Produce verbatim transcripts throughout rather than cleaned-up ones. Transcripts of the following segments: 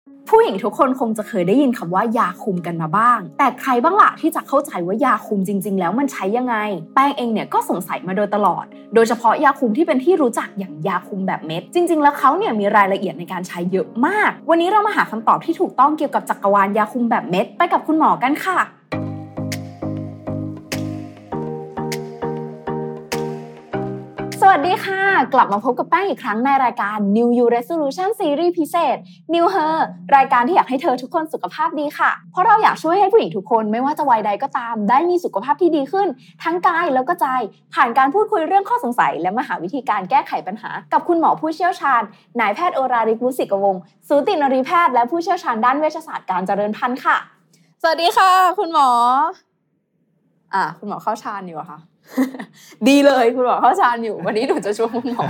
ผู้หญิงทุกคนคงจะเคยได้ยินคำว่ายาคุมกันมาบ้างแต่ใครบ้างล่ะที่จะเข้าใจว่ายาคุมจริงๆแล้วมันใช้ยังไงแป้งเองเนี่ยก็สงสัยมาโดยตลอดโดยเฉพาะยาคุมที่เป็นที่รู้จักอย่างยาคุมแบบเม็ดจริงๆแล้วเขาเนี่ยมีรายละเอียดในการใช้เยอะมากวันนี้เรามาหาคำตอบที่ถูกต้องเกี่ยวกับจักรวาลยาคุมแบบเม็ดไปกับคุณหมอกันค่ะสวัสดีค่ะกลับมาพบกับแป้งอีกครั้งในรายการ New You Resolution Series พิเศษ New Her รายการที่อยากให้เธอทุกคนสุขภาพดีค่ะเพราะเราอยากช่วยให้ผู้หญิงทุกคนไม่ว่าจะวัยใดก็ตามได้มีสุขภาพที่ดีขึ้นทั้งกายแล้วก็ใจผ่านการพูดคุยเรื่องข้อสงสัยและมาหาวิธีการแก้ไขปัญหากับคุณหมอผู้เชี่ยวชาญนายแพทย์โอราริก รุศิกวงศ์สูตินรีแพทย์และผู้เชี่ยวชาญด้านเวชศาสตร์การเจริญพันธุ์ค่ะสวัสดีค่ะคุณหมออ่ะคุณหมอเข้าฌานอยู่ค่ะดีเลยคุณหมอเข้าฌานอยู่วันนี้หนูจะชวนคุณหมอ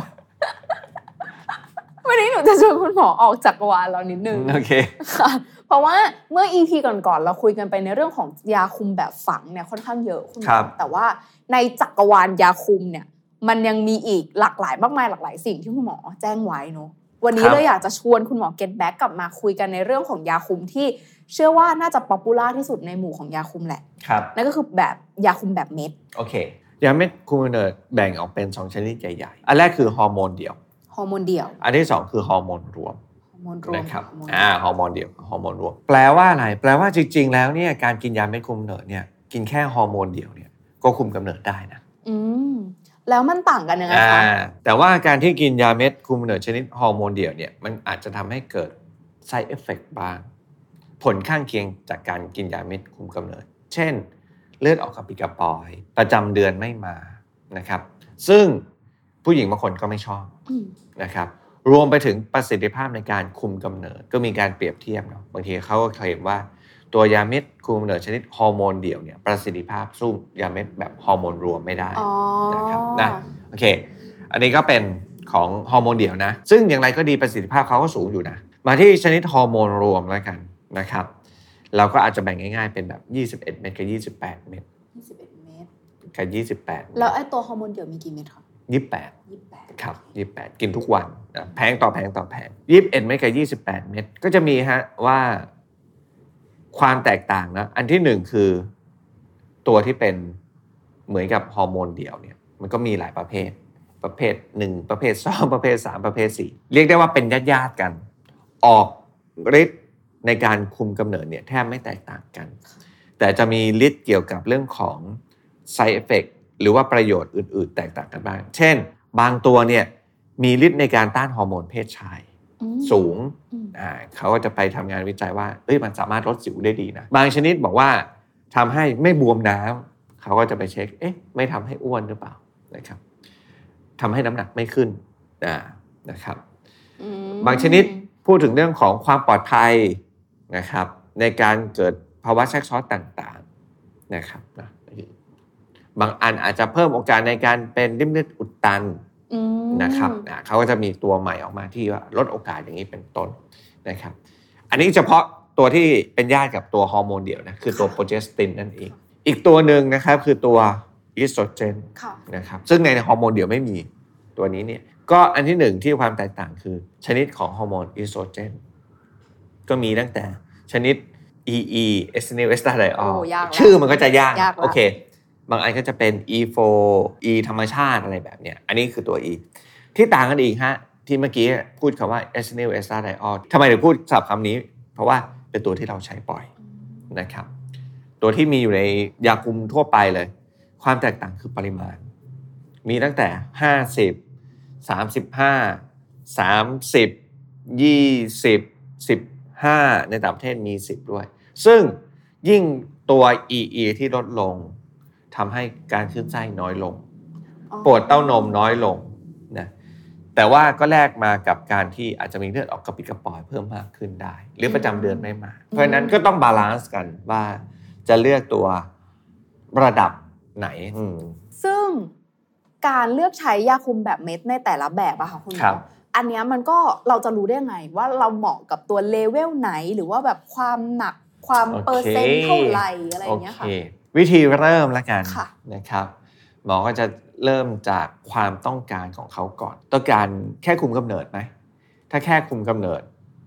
วันนี้หนูจะชวนคุณหมอออกจักรวาลเรานิดนึงโอเคค่ะเพราะว่าเมื่อ อี พี ก่อนๆเราคุยกันไปในเรื่องของยาคุมแบบฝังเนี่ยค่อนข้างเยอะคุณหมอแต่ว่าในจักรวาลยาคุมเนี่ยมันยังมีอีกหลากหลายมากมายหลากหลายสิ่งที่คุณหมอแจ้งไว้เนาะวันนี้เลยอยากจะชวนคุณหมอ get back กลับมาคุยกันในเรื่องของยาคุมที่เชื่อว่าน่าจะป๊อปปูล่าที่สุดในหมู่ของยาคุมแหละนั่นก็คือแบบยาคุมแบบเม็ดโอเคยาเม็ดคุมกำเนิดแบ่งออกเป็นสองชนิดใหญ่ๆอันแรกคือฮอร์โมนเดี่ยวฮอร์โมนเดี่ยวอันที่สองคือฮอร์โมนรวมฮอร์โมนรวมนะครับอ่าฮอร์โมนเดี่ยวฮอร์โมนรวมแปลว่าอะไรแปลว่าจริงๆแล้วเนี่ยการกินยาเม็ดคุมกำเนิดเนี่ยกินแค่ฮอร์โมนเดี่ยวเนี่ยก็คุมกำเนิดได้นะอืมแล้วมันต่างกันยังไงคะแต่ว่าการที่กินยาเม็ดคุมกำเนิดชนิดฮอร์โมนเดี่ยวเนี่ยมันอาจจะทำให้เกิด side effect บ้างผลข้างเคียงจากการกินยาเม็ดคุมกำเนิดเช่นเลือดออกกระปิดกระปอยประจำเดือนไม่มานะครับซึ่งผู้หญิงบางคนก็ไม่ชอบนะครับรวมไปถึงประสิทธิภาพในการคุมกำเนิดก็มีการเปรียบเทียบเนาะบางทีเขาก็เคลมว่าตัวยาเม็ดคุมกำเนิดชนิดฮอร์โมนเดี่ยวเนี่ยประสิทธิภาพสู้ยาเม็ดแบบฮอร์โมนรวมไม่ได้นะครับนะโอเคอันนี้ก็เป็นของฮอร์โมนเดี่ยวนะซึ่งอย่างไรก็ดีประสิทธิภาพเขาก็สูงอยู่นะมาที่ชนิดฮอร์โมนรวมแล้วกันนะครับเราก็อาจจะแบ่งง่ายๆเป็นแบบยี่สิบเอ็ดเม็ดกับยี่สิบแปดเม็ดยี่สิบเอ็ดเม็ดกับยี่สิบแปดแล้วไอ้ตัวฮอร์โมนเดี่ยวมีกี่เม็ดคะยี่สิบแปด ยี่สิบแปดครับยี่สิบแปดกินทุกวันนะแพงต่อแพงต่อแพงยี่สิบเอ็ดเม็ดกับยี่สิบแปดเม็ดก็จะมีฮะว่าความแตกต่างนะอันที่หนึ่งคือตัวที่เป็นเหมือนกับฮอร์โมนเดี่ยวเนี่ยมันก็มีหลายประเภทประเภทหนึ่งประเภทสองประเภทสามประเภทสี่เรียกได้ว่าเป็นญาติๆกันออกฤทธิ์ในการคุมกำเนิดเนี่ยแทบไม่แตกต่างกันแต่จะมีฤทธิ์เกี่ยวกับเรื่องของ side effect หรือว่าประโยชน์อื่นๆแตกต่างกันบ้างเช่นบางตัวเนี่ยมีฤทธิ์ในการต้านฮอร์โมนเพศชายสูงอ่าเขาก็จะไปทำงานวิจัยว่าเอ้ยมันสามารถลดสิวได้ดีนะบางชนิดบอกว่าทำให้ไม่บวมน้ำเขาก็จะไปเช็คเอ๊ะไม่ทำให้อ้วนหรือเปล่านะครับทำให้น้ำหนักไม่ขึ้นอ่านะครับบางชนิดพูดถึงเรื่องของความปลอดภัยนะครับในการเกิดภาวะแทรกซ้อนต่างๆนะครับนะบางอันอาจจะเพิ่มโอกาสในการเป็นริ่มเลือดอุดตันนะครับเขาก็จะมีตัวใหม่ออกมาที่ว่าลดโอกาสอย่างนี้เป็นต้นนะครับอันนี้เฉพาะตัวที่เป็นญาติกับตัวฮอร์โมนเดี่ยวนะคือตัวโปรเจสเตอโรนนั่นเองอีกตัวหนึ่งนะครับคือตัวอีสโตรเจนนะครับซึ่งในฮอร์โมนเดี่ยวไม่มีตัวนี้เนี่ยก็อันที่หนึ่งที่ความแตกต่างคือชนิดของฮอร์โมนอีสโตรเจนก็มีตั้งแต่ชนิด อี อี เอส เอ็น เอส ไดออล ชื่อมันก็จะยากโอเคบางอันก็จะเป็น อี โฟร์ E ธรรมชาติอะไรแบบเนี้ยอันนี้คือตัว E ที่ต่างกันอีกฮะที่เมื่อกี้พูดคำว่า เอส เอ็น เอส ไดออล ทำไมถึงพูดศัพท์คำนี้เพราะว่าเป็นตัวที่เราใช้บ่อยนะครับตัวที่มีอยู่ในยาคุมทั่วไปเลยความแตกต่างคือปริมาณมีตั้งแต่ห้าสิบ สามสิบห้า สามสิบ ยี่สิบ สิบห้าในต่างประเทศมีสิบด้วยซึ่งยิ่งตัว อี อี ที่ลดลงทำให้การขึ้นไส้น้อยลงปวดเต้านมน้อยลงนะแต่ว่าก็แลกมากับการที่อาจจะมีเลือดออกกระปิดกระปอยเพิ่มมากขึ้นได้หรือประจำเดือนไม่มาเพราะฉะนั้นก็ต้องบาลานซ์กันว่าจะเลือกตัวระดับไหนซึ่งการเลือกใช้ยาคุมแบบเม็ดในแต่ละแบบอะค่ะคุณหมออันนี้มันก็เราจะรู้ได้ไงว่าเราเหมาะกับตัวเลเวลไหนหรือว่าแบบความหนักความเปอร์เซ็นต์เท่าไหร่อะไรอย่างเงี้ยค่ะวิธีเริ่มแล้วกันนะครับหมอก็จะเริ่มจากความต้องการของเขาก่อนต้องการแค่คุมกำเนิดไหมถ้าแค่คุมกำเนิด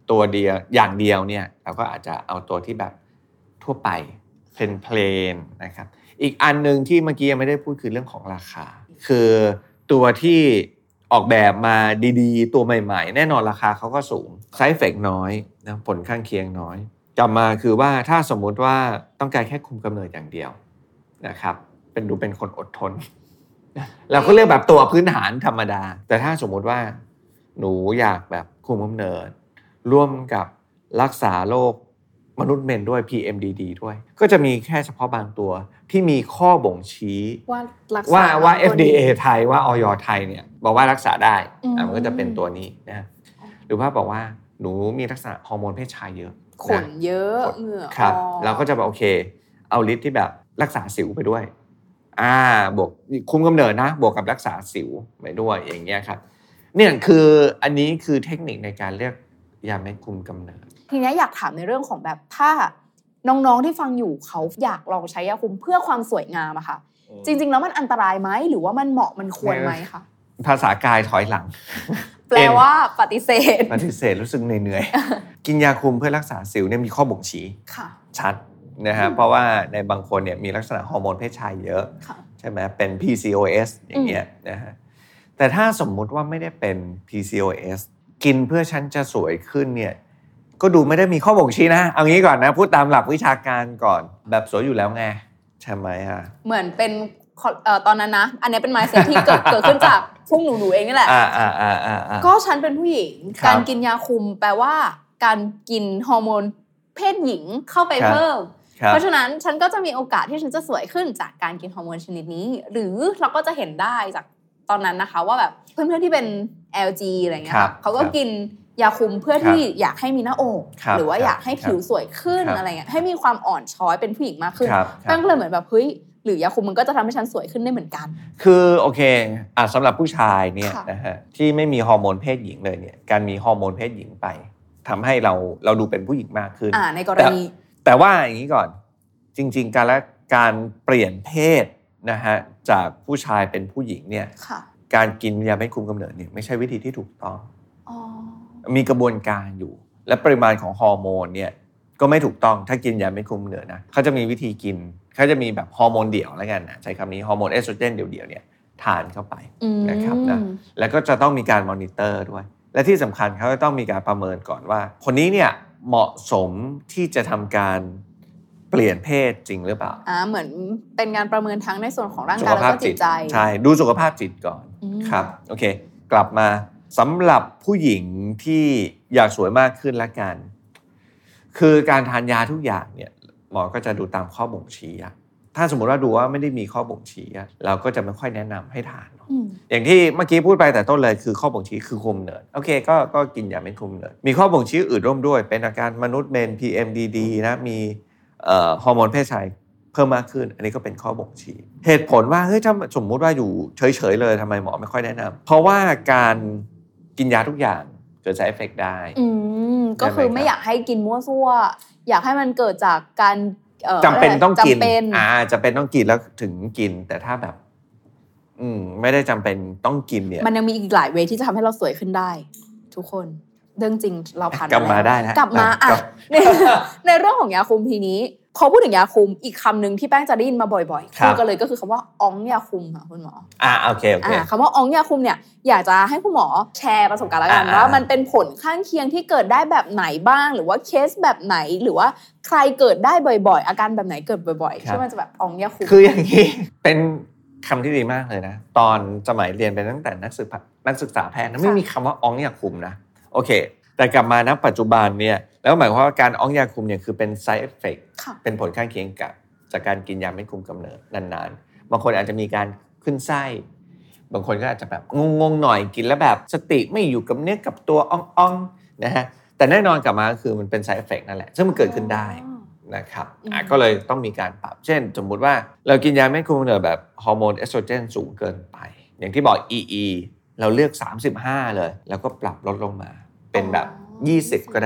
ตัวเดียวอย่างเดียวเนี่ยเราก็อาจจะเอาตัวที่แบบทั่วไปเพลนๆนะครับอีกอันนึงที่เมื่อกี้ยังไม่ได้พูดคือเรื่องของราคาคือตัวที่ออกแบบมาดีๆตัวใหม่ๆแน่นอนราคาเขาก็สูง side effect น้อยนะผลข้างเคียงน้อยกลับมาคือว่าถ้าสมมุติว่าต้องการแค่คุมกำเนิดอย่างเดียวนะครับเป็นดูเป็นคนอดทนเราก็เลือกแบบตัวพื้นฐานธรรมดาแต่ถ้าสมมุติว่าหนูอยากแบบคุมกำเนิดร่วมกับรักษาโรคมนุษย์เมนด้วย พี เอ็ม ดี ดี ด้วยก็จะมีแค่เฉพาะบางตัวที่มีข้อบ่งชี้ว่าว่าว่า เอฟ ดี เอ ไทยว่า อย ไทยเนี่ยบอกว่ารักษาได้มันก็จะเป็นตัวนี้นะหรือว่าบอกว่าหนูมีลักษณะฮอร์โมนเพศชายเยอะขนเยอะเหงื่อครับเราก็จะแบบโอเคเอาฤทธิ์ที่แบบรักษาสิวไปด้วยอ่าบวกคุมกำเนิดนะบวกกับรักษาสิวไปด้วยอย่างเงี้ยครับเนี่ยคืออันนี้คือเทคนิคในการเลือกยาเม็ดคุมกำเนิดทีนี้อยากถามในเรื่องของแบบถ้าน้องๆที่ฟังอยู่เขาอยากลองใช้ยาคุมเพื่อความสวยงามอะค่ะจริงๆแล้วมันอันตรายไหมหรือว่ามันเหมาะมันควรไหมคะภาษากายถอยหลังแปลว่าปฏิเสธปฏิเสธรู้สึกเหนื่อยๆกินยาคุมเพื่อรักษาสิวเนี่ยมีข้อบ่งชี้ชัดนะฮะเพราะว่าในบางคนเนี่ยมีลักษณะฮอร์โมนเพศชายเยอะใช่ไหมเป็น พี ซี โอ เอส อย่างเงี้ยนะฮะแต่ถ้าสมมุติว่าไม่ได้เป็น พี ซี โอ เอส กินเพื่อฉันจะสวยขึ้นเนี่ยก็ดูไม่ได้มีข้อบ่งชี้นะเอางี้ก่อนนะพูดตามหลักวิชาการก่อนแบบสวยอยู่แล้วไงใช่ไหมฮะเหมือนเป็นเอ่อตอนนั้นนะอันนี้เป็น mindset ที่เกิดเกิดขึ้นจากพวกหนูๆเองนี่แหละอ่าๆๆๆก็ฉันเป็นผู้หญิงการกินยาคุมแปลว่าการกินฮอร์โมนเพศหญิงเข้าไปเพิ่มเพราะฉะนั้นฉันก็จะมีโอกาสที่ฉันจะสวยขึ้นจากการกินฮอร์โมนชนิดนี้หรือเราก็จะเห็นได้จากตอนนั้นนะคะว่าแบบเพื่อนๆที่เป็น แอล จี อะไรเงี้ยเขาก็กินยาคุมเพื่อที่อยากให้มีหน้าอกหรือว่าอยากให้ผิวสวยขึ้นอะไรเงี้ยให้มีความอ่อนช้อยเป็นผู้หญิงมากขึ้นตั้งเลยเหมือนแบบเฮ้ยหรือยาคุมมันก็จะทำให้ฉันสวยขึ้นได้เหมือนกันคือโอเคอ่ะสำหรับผู้ชายเนี่ยนะฮะที่ไม่มีฮอร์โมนเพศหญิงเลยเนี่ยการมีฮอร์โมนเพศหญิงไปทำให้เราเราดูเป็นผู้หญิงมากขึ้นอ่าในกรณีแต่ว่าอย่างนี้ก่อนจริงๆการและการเปลี่ยนเพศนะฮะจากผู้ชายเป็นผู้หญิงเนี่ยการกินยาเม็ดคุมกำเนิดเนี่ยไม่ใช่วิธีที่ถูกต้องมีกระบวนการอยู่และปริมาณของฮอร์โมนเนี่ยก็ไม่ถูกต้องถ้ากินยาเม็ดคุมกำเนิดนะเขาจะมีวิธีกินเขาจะมีแบบฮอร์โมนเดี่ยวแล้วกันนะใช้คำนี้ฮอร์โมนเอสโตรเจนเดี่ยวๆเนี่ยทานเข้าไปนะครับนะแล้วก็จะต้องมีการมอนิเตอร์ด้วยและที่สำคัญเขาจะต้องมีการประเมินก่อนว่าคนนี้เนี่ยเหมาะสมที่จะทำการเปลี่ยนเพศจริงหรือเปล่าอ่าเหมือนเป็นการประเมินทั้งในส่วนของร่างกายแล้วก็จิตใจใช่ดูสุขภาพจิตก่อนครับโอเคกลับมาสำหรับผู้หญิงที่อยากสวยมากขึ้นละกันคือการทานยาทุกอย่างเนี่ยหมอก็จะดูตามข้อบ่งชี้ถ้าสมมติว่าดูว่าไม่ได้มีข้อบ่งชี้เราก็จะไม่ค่อยแนะนำให้ทานอย่างที่เมื่อกี้พูดไปแต่ต้นเลยคือข้อบ่งชี้คือคุมกำเนิดโอเคก็ก็กินยาเม็ดคุมกำเนิดมีข้อบ่งชี้อื่นร่วมด้วยเป็นอาการมนุษย์เมน พี เอ็ม ดี ดี นะมีเอ่อฮอร์โมนเพศชายเพิ่มมากขึ้นอันนี้ก็เป็นข้อบ่งชี้เหตุผลว่าเฮ้ยถ้าสมมุติว่าอยู่เฉยๆเลยทำไมหมอไม่ค่อยแนะนำเพราะว่าการกินยาทุกอย่างเกิด side effect ได้อืมก็คือไม่อยากให้กินมั่วซั่วอยากให้มันเกิดจากการจำเป็นต้องกินอ่าจำเป็นต้องกินแล้วถึงกินแต่ถ้าแบบอืมไม่ได้จำเป็นต้องกินเนี่ยมันยังมีอีกหลายเวย์ที่จะทำให้เราสวยขึ้นได้ทุกคนเรื่องจริงเราผ่านกลับมาได้นะกลับมาอ่ะในในเรื่องของยาคุมทีนี้พอพูดถึงยาคุมอีกคำหนึ่งที่แป้งจะได้ยินมาบ่อยๆคู่กันเลยก็คือคำว่าอ้องยาคุมค่ะคุณหมออ่าโอเคโอเคคำว่าอ้องยาคุมเนี่ยอยากจะให้คุณหมอแชร์ประสบการณ์แล้วกันว่ามันเป็นผลข้างเคียงที่เกิดได้แบบไหนบ้างหรือว่าเคสแบบไหนหรือว่าใครเกิดได้บ่อยๆอาการแบบไหนเกิดบ่อยๆที่มันจะแบบอ้องยาคุมคืออย่างนี้เป็นคำที่ดีมากเลยนะตอนสมัยเรียนเป็นตั้งแต่นักศึกษานักศึกษาแพทย์ไม่มีคำว่าอ้องยาคุมนะโอเคแต่กลับมาณปัจจุบันเนี่ยแล้วหมายความว่าการอ้องยาคุมเนี่ยคือเป็น side effect เป็นผลข้างเคียงกับจากการกินยาเม็ดคุมกำเนิดนานๆบางคนอาจจะมีการขึ้นไส้บางคนก็อาจจะแบบงงๆหน่อยกินแล้วแบบสติไม่อยู่กับเนื้อกับตัวอ่องๆนะฮะแต่แน่นอนกลับมาคือมันเป็น side effect นั่นแหละซึ่งมันเกิดขึ้นได้นะครับก็เลยต้องมีการปรับเช่นสมมุติว่าเรากินยาเม็ดคุมกำเนิดแบบฮอร์โมนเอสโตรเจนสูงเกินไปอย่างที่บอก อี อี เราเลือกสามสิบห้าเลยแล้วก็ปรับลดลงมาเป็นแบบยี่สิบก็ได้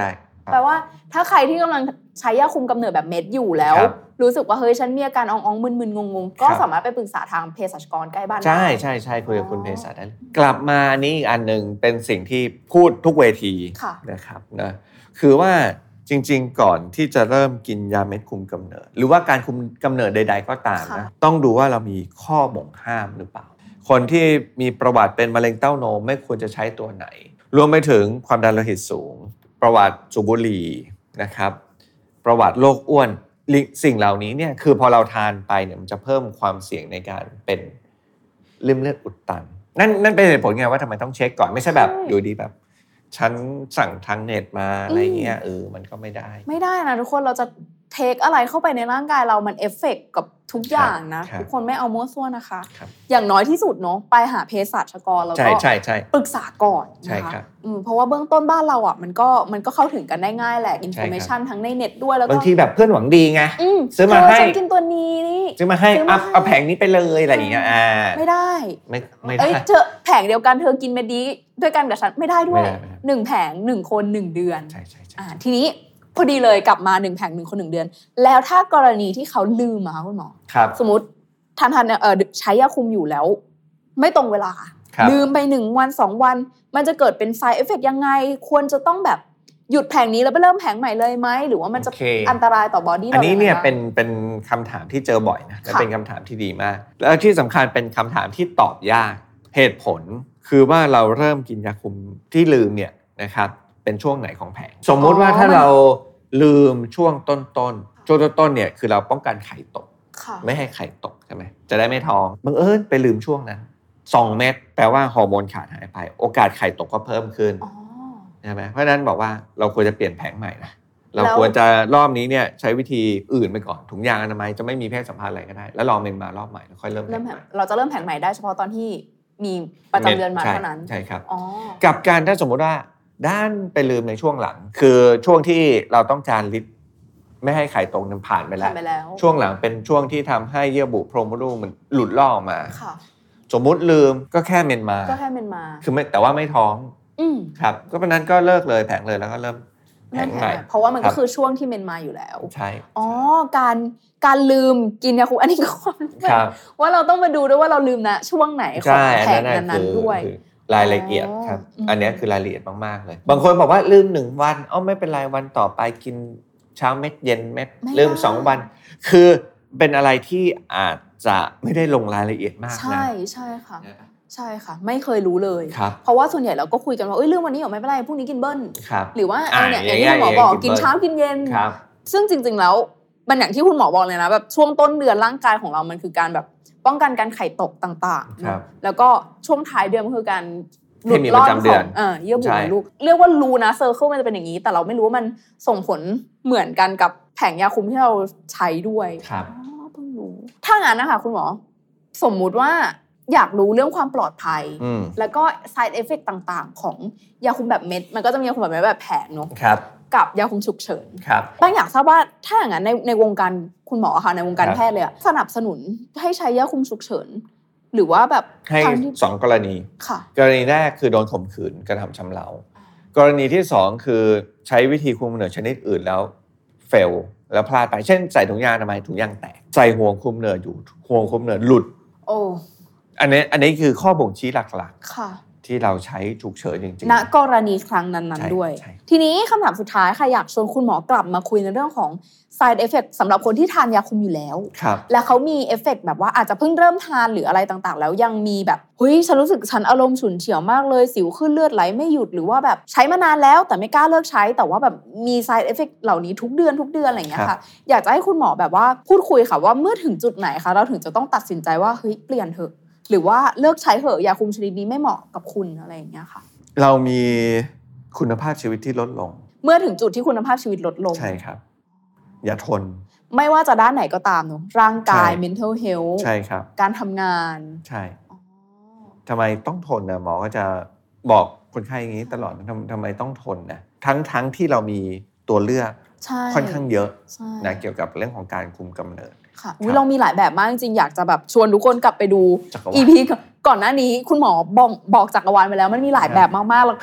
แปลว่าถ้าใครที่กำลังใช้ยาคุมกำเนิดแบบเม็ดอยู่แล้วรู้สึกว่าเฮ้ยฉันมีอาการอ่องๆมึนๆงงๆก็สามารถไปปรึกษาทางเภสัชกรใกล้บ้านได้ใช่ใช่ใช่คุยกับคุณเภสัชได้กลับมานี่อีกอันนึงเป็นสิ่งที่พูดทุกเวทีนะครับนะคือว่าจริงๆก่อนที่จะเริ่มกินยาเม็ดคุมกำเนิดหรือว่าการคุมกำเนิดใดๆก็ตามนะต้องดูว่าเรามีข้อบ่งห้ามหรือเปล่าคนที่มีประวัติเป็นมะเร็งเต้านมไม่ควรจะใช้ตัวไหนรวมไปถึงความดันโลหิตสูงประวัติสูบบุหรี่นะครับประวัติโรคอ้วนสิ่งเหล่านี้เนี่ยคือพอเราทานไปเนี่ยมันจะเพิ่มความเสี่ยงในการเป็นริ่มเลือดอุดตันนั่นนั่นเป็นเหตุผลไงว่าทำไมต้องเช็คก่อนไม่ใช่แบบอยู่ดีแบบฉันสั่งทางเน็ตมาอะไรเงี้ยเออมันก็ไม่ได้ไม่ได้นะทุกคนเราจะเทคอะไรเข้าไปในร่างกายเรามันเอฟเฟกต์กับทุกอย่างนะทุกคนไม่เอามั่วซั่วนะคะอย่างน้อยที่สุดเนาะไปหาเภสัชกรแล้วก็ปรึกษาก่อนนะคะเพราะว่าเบื้องต้นบ้านเราอ่ะมันก็มันก็เข้าถึงกันได้ง่ายแหละอินโฟเมชันทั้งในเน็ตด้วยแล้วก็บางทีแบบเพื่อนหวังดีไงซื้อมาให้กินตัวนี้นี่ซื้อมาให้อัพเอาแผงนี้ไปเลยอะไรอย่างเงี้ยอ่าไม่ได้ไม่ไม่ได้เธอแผงเดียวกันเธอกินเมดีด้วยกันกับฉันไม่ได้ด้วยหนึ่งแผงหนึ่งคนหนึ่งเดือนใช่ใช่อ่าทีนี้พอดีเลยกลับมาหนึ่งแผงหนึ่งคนหนึ่งเดือนแล้วถ้ากรณีที่เขาลืมอะคุณหมอสมมติทานทานเอ่อใช้ยาคุมอยู่แล้วไม่ตรงเวลาลืมไปหนึ่งวันสองวันมันจะเกิดเป็นไซด์เอฟเฟคยังไงควรจะต้องแบบหยุดแผงนี้แล้วไปเริ่มแผงใหม่เลยไหมหรือว่ามันจะ okay. อันตรายต่อบอดี้เราอันนี้เนี่ยเป็นเป็นคำถามที่เจอบ่อยนะและเป็นคำถามที่ดีมากแล้วที่สำคัญเป็นคำถามที่ตอบยากเหตุผลคือว่าเราเริ่มกินยาคุมที่ลืมเนี่ยนะครับเป็นช่วงไหนของแผงสมมุติว่าถ้าเราลืมช่วงต้นๆช่วงต้นๆเนี่ยคือเราป้องกันไข่ตกไม่ให้ไข่ตกใช่ไหมจะได้ไม่ท้องบังเอิญไปลืมช่วงนั้นสองเม็ดแปลว่าฮอร์โมนขาดหายไปโอกาสไข่ตกก็เพิ่มขึ้นใช่ไหมเพราะฉะนั้นบอกว่าเราควรจะเปลี่ยนแผงใหม่นะเราควรจะรอบนี้เนี่ยใช้วิธีอื่นไปก่อนถุงยางอนามัยจะไม่มีเพศสัมพันธ์อะไรก็ได้แล้วรอเมนมารอบใหม่แล้วค่อยเริ่มแผงเราจะเริ่มแผงใหม่ได้เฉพาะตอนที่มีประจำเดือนมาเท่านั้นใช่ครับกับการถ้าสมมติว่าด้านไปลืมในช่วงหลังคือช่วงที่เราต้องการลิดไม่ให้ไข่ตกนั้นผ่านไปแล้วช่วงหลังเป็นช่วงที่ทำให้เยื่อบุโพรงมดลูกมันหลุดล่อออกมาสมมุติลืมก็แค่เมนมาก็แค่เมนมาคือไม่แต่ว่าไม่ท้องครับก็เพราะนั้นก็เลิกเลยแผงเลยแล้วก็เริ่มแผงใหม่เพราะว่ามันก็คือช่วงที่เมนมาอยู่แล้วใช่อ๋อการการลืมกินยาคุมอันนี้ก็ว่าเราต้องมาดูด้วยว่าเราลืมนะช่วงไหนของแผงนั้นๆด้วยรายละเอียดครับอันนี้คือรายละเอียดมากๆเลยบางคนบอกว่าลืมหนึ่งวันอ้อไม่เป็นไรวันต่อไปกินเช้าเม็ดเย็นเม็ดลืมสองวันคือเป็นอะไรที่อาจจะไม่ได้ลงรายละเอียดมากนะใช่ใช่ค่ะใช่ค่ะไม่เคยรู้เลยเพราะว่าส่วนใหญ่เราก็คุยกันว่าเอ้ยลืมวันนี้เหรอไม่เป็นไรพรุ่งนี้กินเบิ้ลหรือว่าเออเนี่ยอย่างที่หมอบอกกินเช้ากินเย็นซึ่งจริงๆแล้วมันอย่างที่คุณหมอบอกเลยนะแบบช่วงต้นเดือนร่างกายของเรามันคือการแบบป้องกันการไข่ตกต่างๆแล้วก็ช่วงท้ายเดือนมันคือการหลุดล่อนของเออเยื่อบุลูกเรียกว่ารูนะเซอร์เคิลมันจะเป็นอย่างนี้แต่เราไม่รู้ว่ามันส่งผลเหมือนกันกับแผงยาคุมที่เราใช้ด้วยครับอ๋อเพิ่งรู้ถ้างั้นนะคะคุณหมอสมมุติว่าอยากรู้เรื่องความปลอดภัยแล้วก็ side effect ต่างๆของยาคุมแบบเม็ดมันก็จะมียาคุมแบบเม็ดแบบแผงเนาะกับยาคุมฉุกเฉินบ้างอยากทราบว่าถ้าอย่างนั้นในในวงการคุณหมอค่ะในวงการแพทย์เลยอะสนับสนุนให้ใช้ยาคุมฉุกเฉินหรือว่าแบบให้สองกรณีกรณีแรกคือโดนข่มขืนกระทำชำเรากรณีที่สองคือใช้วิธีคุมกำเนิดชนิดอื่นแล้วเฟลแล้วพลาดไปเช่นใส่ถุงยางอนามัยถุงยางแตกใส่ห่วงคุมกำเนิดอยู่ห่วงคุมกำเนิดหลุดโอ้อันนี้อันนี้คือข้อบ่งชี้หลักๆที่เราใช้ฉุกเฉินจริงๆณกรณีครั้งนั้นๆด้วยทีนี้คำถามสุดท้ายค่ะอยากชวนคุณหมอกลับมาคุยในเรื่องของ side effect สำหรับคนที่ทานยาคุมอยู่แล้วและเขามีเอฟเฟกต์แบบว่าอาจจะเพิ่งเริ่มทานหรืออะไรต่างๆแล้วยังมีแบบเฮ้ยฉันรู้สึกฉันอารมณ์ฉุนเฉียวมากเลยสิวขึ้นเลือดไหลไม่หยุดหรือว่าแบบใช้มานานแล้วแต่ไม่กล้าเลิกใช้แต่ว่าแบบมี side effect เหล่านี้ทุกเดือนทุกเดือนอะไรอย่างเงี้ยค่ะอยากจะให้คุณหมอแบบว่าพูดคุยค่ะว่าเมื่อถึงจุดไหนคะเราถึงจะต้องตัดสินใจว่าเฮ้ยเปลี่ยนเถอะหรือว่าเลิกใช้เถอะยาคุมชนิดนี้ไม่เหมาะกับคุณอะไรอย่างเงี้ยค่ะเรามีคุณภาพชีวิตที่ลดลงเมื่อถึงจุดที่คุณภาพชีวิตลดลงใช่ครับอย่าทนไม่ว่าจะด้านไหนก็ตามเนอะร่างกาย mental health ใช่ครับการทำงานใช่ทำไมต้องทนนะหมอก็จะบอกคนไข้อย่างนี้ตลอดทำทำไมต้องทนนะทั้งทั้งที่เรามีตัวเลือกค่อนข้างเยอะนะเกี่ยวกับเรื่องของการคุมกำเนิดค่ะเรามีหลายแบบมากจริงๆอยากจะแบบชวนทุกคนกลับไปดู อี พี ก่อนหน้านี้คุณหมอบอกบอกจักรวาลไปแล้วมันมีหลายแบบมากๆแล้วก็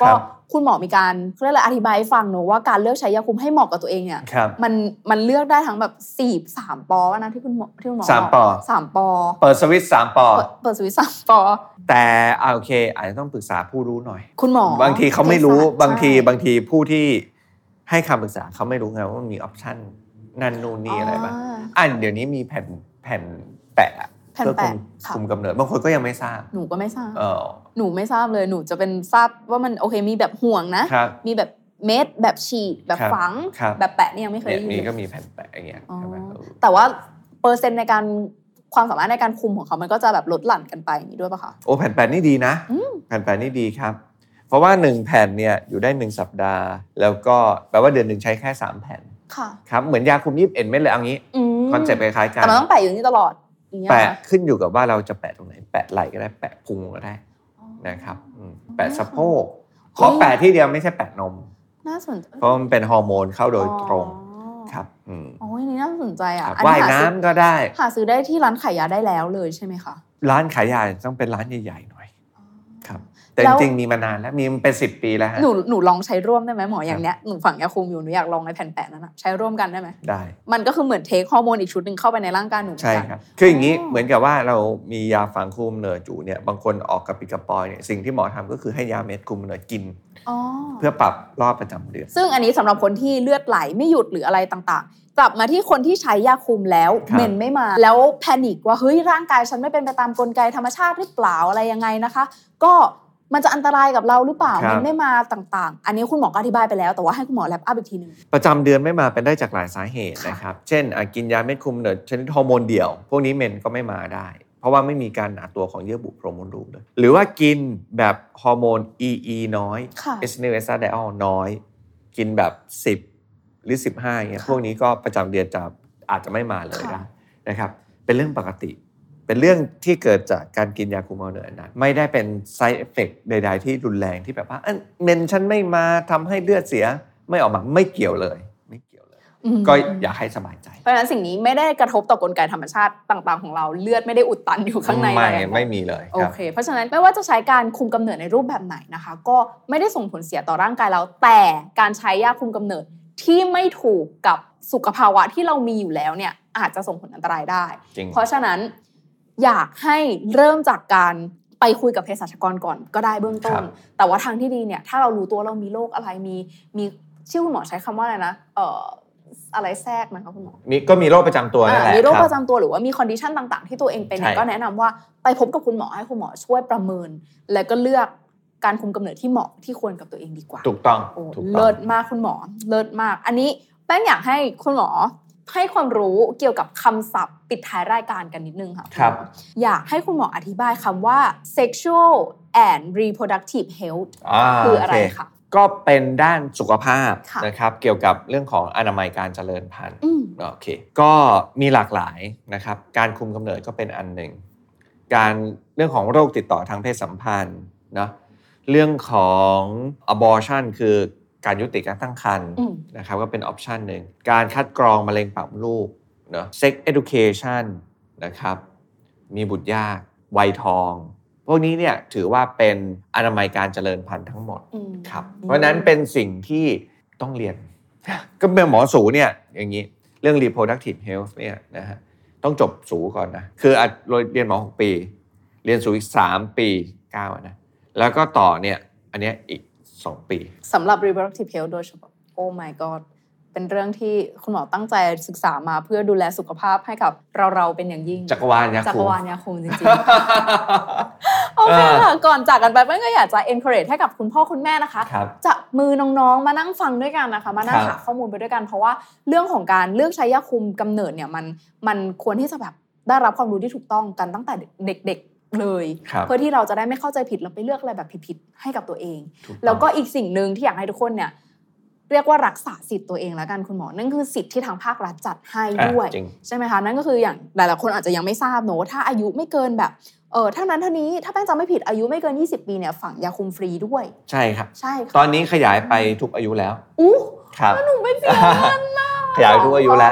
คุณหมอมีการเรียกอะไรอธิบายให้ฟังเนอะว่าการเลือกใช้ยาคุมให้เหมาะกับตัวเองเนี่ยมันมันเลือกได้ทั้งแบบสี่ สามปอนะที่คุณหมอที่คุณหมอสามปอสามปอเปิดสวิตช์สามปอเปิดสวิตช์สามปอแต่โอเคอาจจะต้องปรึกษาผู้รู้หน่อยคุณหมอบางทีเขาไม่รู้บางทีบางทีผู้ที่ให้คำปรึกษาเขาไม่รู้ไงว่ามันมีออปชั่นนั่นนู่นนี่อะไรบ้างอ่ะเดี๋ยวนี้มีแผ่นแผ่นแปะแผ่นแปะคุมกำเนิดบางคนก็ยังไม่ทราบหนูก็ไม่ทราบเออหนูไม่ทราบเลยหนูจะเป็นทราบว่ามันโอเคมีแบบห่วงนะมีแบบเม็ดแบบฉีดแบบฝังแบบแปะนี่ยังไม่เคยได้ยินมีก็มีแผ่นแปะอย่างเงี้ยแต่ว่าเปอร์เซ็นต์ในการความสามารถในการคุมของเขามันก็จะแบบลดหลั่นกันไปอย่างนี้ด้วยป่ะคะโอ้แผ่นแปะนี่ดีนะแผ่นแปะนี่ดีครับเพราะว่าหนึ่งแผ่นเนี่ยอยู่ได้หนึ่งสัปดาห์แล้วก็แปลว่าเดือนนึงใช้แค่สามแผ่นค่ะครับเหมือนยาคุมยี่สิบเอ็ดเม็ดเลยเอางี้คอนเซ็ปต์คล้ายๆกันแต่มันต้องแปะอยู่นี่ตลอดแปะขึ้นอยู่กับว่าเราจะแปะตรงไหนแปะไหล่ก็ได้แปะพุงก็ได้นะครับแปะสะโพกขอแปะที่เดียวไม่ใช่แปะนมน่าสนใจเพราะมันเป็นฮอร์โมนเข้าโดยตรงครับอืมโอ้ยนี่น่าสนใจอ่ะว่ายน้ำก็ได้หาซื้อได้ที่ร้านขายยาได้แล้วเลยใช่ไหมคะร้านขายยาต้องเป็นร้านใหญ่ๆหน่อยครับแต่จริงๆมีมานานแล้วมีเป็นสิบปีแล้วฮะหนูหนูลองใช้ร่วมได้ไหมหมออย่างเนี้ยหนูฝังยาคุมอยู่หนูอยากลองในแผ่นแปะนั้นนะใช้ร่วมกันได้ไหมได้มันก็คือเหมือนเทคฮอร์โมนอีกชุดนึงเข้าไปในร่างกายหนูใช่ครับคืออย่างนี้เหมือนกับว่าเรามียาฝังคุมกำเนิดอยู่เนี่ยบางคนออกกระปิดกระปอยเนี่ยสิ่งที่หมอทำก็คือให้ยาเม็ดคุมกำเนิดกินเพื่อปรับรอบประจำเดือนซึ่งอันนี้สำหรับคนที่เลือดไหลไม่หยุดหรืออะไรต่างๆกลับมาที่คนที่ใช้ยาคุมแล้วเมนไม่มาแล้วแพนิคว่าเฮ้ยร่างกายฉันไม่เป็นไปตามกลไกธรรมชาติหรือเปล่าอะไรยังไงนะคะก็มันจะอันตรายกับเราหรือเปล่ามันไม่มาต่างๆอันนี้คุณหมอก็อธิบายไปแล้วแต่ว่าให้คุณหมอแลปอัพอีกทีนึงประจำเดือนไม่มาเป็นได้จากหลายสาเหตุนะครับเช่นกินยาเม็ดคุมกำเนิดชนิดฮอร์โมนเดี่ยวพวกนี้เมนก็ไม่มาได้เพราะว่าไม่มีการหนาตัวของเยื่อบุโพรงมดลูกเลยหรือว่ากินแบบฮอร์โมน อี อี น้อยเอสเทรโนเอสตราไดออลน้อยกินแบบสิบหรือสิบห้าเงี้ยพวกนี้ก็ประจำเดือนจะอาจจะไม่มาเลยได้นะครับเป็นเรื่องปกติเป็นเรื่องที่เกิดจากการกินยาคุมกำเนิดนั้นไม่ได้เป็น side effect ใดๆที่รุนแรงที่แบบว่าเมนฉันไม่มาทำให้เลือดเสียไม่ออกมาไม่เกี่ยวเลยไม่เกี่ยวเลยก็อยากให้สบายใจเพราะฉะนั้นสิ่งนี้ไม่ได้กระทบต่อกลไกธรรมชาติต่างๆของเราเลือดไม่ได้อุดตันอยู่ข้างในไม่ไม่มีเลยโอเคเพราะฉะนั้นไม่ว่าจะใช้การคุมกำเนิดในรูปแบบไหนนะคะก็ไม่ได้ส่งผลเสียต่อร่างกายเราแต่การใช้ยาคุมกำเนิดที่ไม่ถูกกับสุขภาวะที่เรามีอยู่แล้วเนี่ยอาจจะส่งผลอันตรายได้เพราะฉะนั้นอยากให้เริ่มจากการไปคุยกับเภสัชกรก่อนก็ได้เบื้องต้นแต่ว่าทางที่ดีเนี่ยถ้าเรารู้ตัวเรามีโรคอะไรมีมีชื่อคุณหมอใช้คำว่าอะไรนะเอ่ออะไรแทรกนะคะคุณหมอมีก็มีโรคประจำตัวนั่นแหละมีโรคประจำตัวหรือว่ามีคอนดิชันต่างๆที่ตัวเองเป็นก็แนะนำว่าไปพบกับคุณหมอให้คุณหมอช่วยประเมินแล้วก็เลือกการคุมกำเนิดที่เหมาะที่ควรกับตัวเองดีกว่าถูกต้องเลิศมากคุณหมอเลิศมากอันนี้แป้งอยากให้คุณหมอให้ความรู้เกี่ยวกับคำศัพท์ปิดท้ายรายการกันนิดนึงค่ะครับอยากให้คุณหมออธิบายคำว่า sexual and reproductive health คืออะไรคะก็เป็นด้านสุขภาพนะครับเกี่ยวกับเรื่องของอนามัยการเจริญพันธุ์โอเคก็มีหลากหลายนะครับการคุมกำเนิดก็เป็นอันหนึ่งการเรื่องของโรคติดต่อทางเพศสัมพันธ์นะเรื่องของ abortion คือการยุติการตั้งครรภ์นะครับก็เป็นออปชันหนึ่งการคัดกรองมะเร็งปากมดลูกเนาะ sex education นะครับมีบุตรยากวัยทองพวกนี้เนี่ยถือว่าเป็นอนามัยการเจริญพันธุ์ทั้งหมดครับเพราะนั้นเป็นสิ่งที่ต้องเรียนก็เป็นหมอสูเนี่ยอย่างนี้เรื่อง reproductive health เนี่ยนะฮะต้องจบสูก่อนนะคือเรียนหมอหกปีเรียนสูอีกสามปีเก้านะแล้วก็ต่อเนี่ยอันเนี้ยอีกสองปีสำหรับ reproductive health โดยเฉพาะ oh my god เป็นเรื่องที่คุณหมอตั้งใจศึกษามาเพื่อดูแลสุขภาพให้กับเราๆเป็นอย่างยิ่งจักรวาลยาคุมจักรวาลยาคุมจริงๆโอเคค่ะก่อนจากกันไปแป้งก็อยากจะ encourage ให้กับคุณพ่อคุณแม่นะคะจับมือน้องๆมานั่งฟังด้วยกันนะคะมานั่งหาข้อมูลไปด้วยกันเพราะว่าเรื่องของการเลือกใช้ยาคุมกำเนิดเนี่ยมันมันควรที่จะแบบได้รับความรู้ที่ถูกต้องกันตั้งแต่เด็กๆเลยเพื่อที่เราจะได้ไม่เข้าใจผิดแล้วไปเลือกอะไรแบบผิดๆให้กับตัวเองแล้วก็อีกสิ่งนึงที่อยากให้ทุกคนเนี่ยเรียกว่ารักษาสิทธิ์ตัวเองแล้วกันคุณหมอนั่นคือสิทธิ์ที่ทางภาครัฐจัดให้ด้วยใช่ไหมคะนั่นก็คืออย่างหลายๆคนอาจจะยังไม่ทราบเนอะถ้าอายุไม่เกินแบบเออถ้านั้นเท่านี้ถ้าแป้งจำไม่ผิดอายุไม่เกินยี่สิบปีเนี่ยฝังยาคุมฟรีด้วยใช่ครับใช่ตอนนี้ขยายไปทุกอายุแล้วอู้ครับหนูไม่เสียเงินนะขยายทุกอายุแล้ว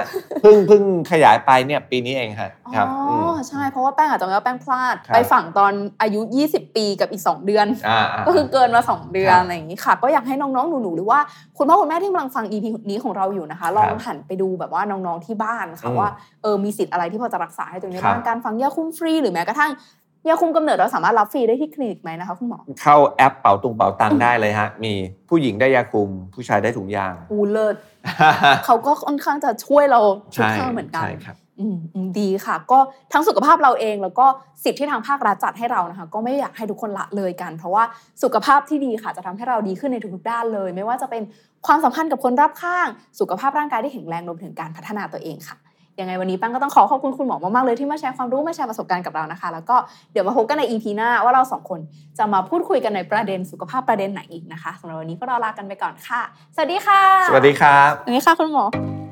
เพิ่งเพิ่งขยายไปเนี่ยปีนี้เองครับครับอ๋อใช่เพราะว่าแป้งอาจจะไม่ว่าแป้งพลาดครับไปฝั่งตอนอายุยี่สิบปีกับอีกสองเดือนอ่าก็คือเกินมาสองเดือครันบอะไรอย่างนี้ค่ะก็อยากให้น้องๆหนูๆหรือว่าคุณพ่อคุณแม่ที่กำลังฟัง อี พี นี้ของเราอยู่นะคะลองหันไปดูแบบว่าน้องๆที่บ้านค่ะอืมว่าเออมีสิทธิ์อะไรที่พอจะรักษาให้ตัวเองได้ครับบ้างการฟังยาคุมฟรีหรือแม้กระทั่งยาคุมกำเนิดเราสามารถรับฟรีได้ที่คลินิกไหมนะคะคุณหมอเข้าแอปเป๋าตุงเป๋าตังได้เลยฮะมีผู้หญิงได้ยาคุมผู้ชายได้ถุงยางอูเลิศ เขาก็ค่อนข้างจะช่วยเราทุกใช่ทางเหมือนกันใช่ครับอืมอืมดีค่ะก็ทั้งสุขภาพเราเองแล้วก็สิทธิ์ที่ทางภาครัฐจัดให้เรานะคะก็ไม่อยากให้ทุกคนละเลยกัน เพราะว่าสุขภาพที่ดีค่ะจะทำให้เราดีขึ้นในทุกๆด้านเลย ไม่ว่าจะเป็นความสัมพันธ์กับคนรอบข้างสุขภาพร่างกายที่แข็งแรงรวมถึงการพัฒนาตัวเองค่ะยังไงวันนี้แป้งก็ต้องขอขอบคุณคุณหมอมากๆเลยที่มาแชร์ความรู้มาแชร์ประสบการณ์กับเรานะคะแล้วก็เดี๋ยวมาพบกันใน อี พี หน้าว่าเราสองคนจะมาพูดคุยกันในประเด็นสุขภาพประเด็นไหนอีกนะคะสำหรับวันนี้พวกเราลากันไปก่อนค่ะสวัสดีค่ะสวัสดีครับสวัสดีค่ะคุณหมอ